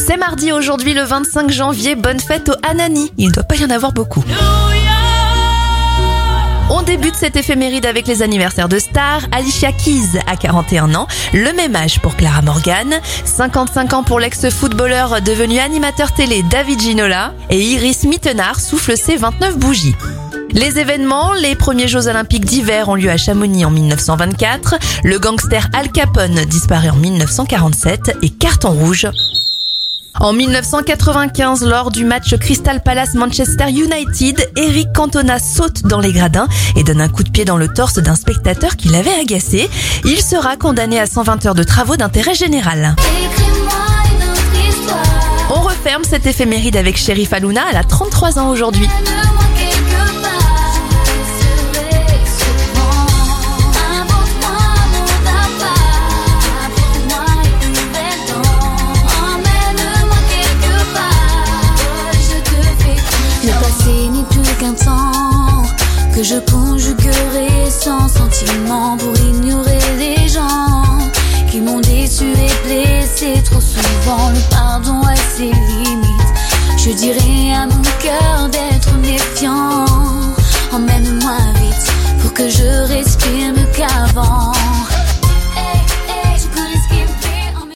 C'est mardi aujourd'hui le 25 janvier, bonne fête aux Anani. Il ne doit pas y en avoir beaucoup. On débute cette éphéméride avec les anniversaires de stars. Alicia Keys a 41 ans, le même âge pour Clara Morgan, 55 ans pour l'ex-footballeur devenu animateur télé David Ginola et Iris Mittenard souffle ses 29 bougies. Les événements, les premiers Jeux Olympiques d'hiver ont lieu à Chamonix en 1924, le gangster Al Capone disparaît en 1947 et carton rouge. En 1995, lors du match Crystal Palace-Manchester United, Eric Cantona saute dans les gradins et donne un coup de pied dans le torse d'un spectateur qui l'avait agacé. Il sera condamné à 120 heures de travaux d'intérêt général. On referme cette éphéméride avec Cherif Aluna, elle a 33 ans aujourd'hui. N'est plus qu'un temps que je conjuguerai sans sentiment pour ignorer les gens qui m'ont déçu et blessé trop souvent. Le pardon a ses limites, je dirais à mon cœur d'être méfiant.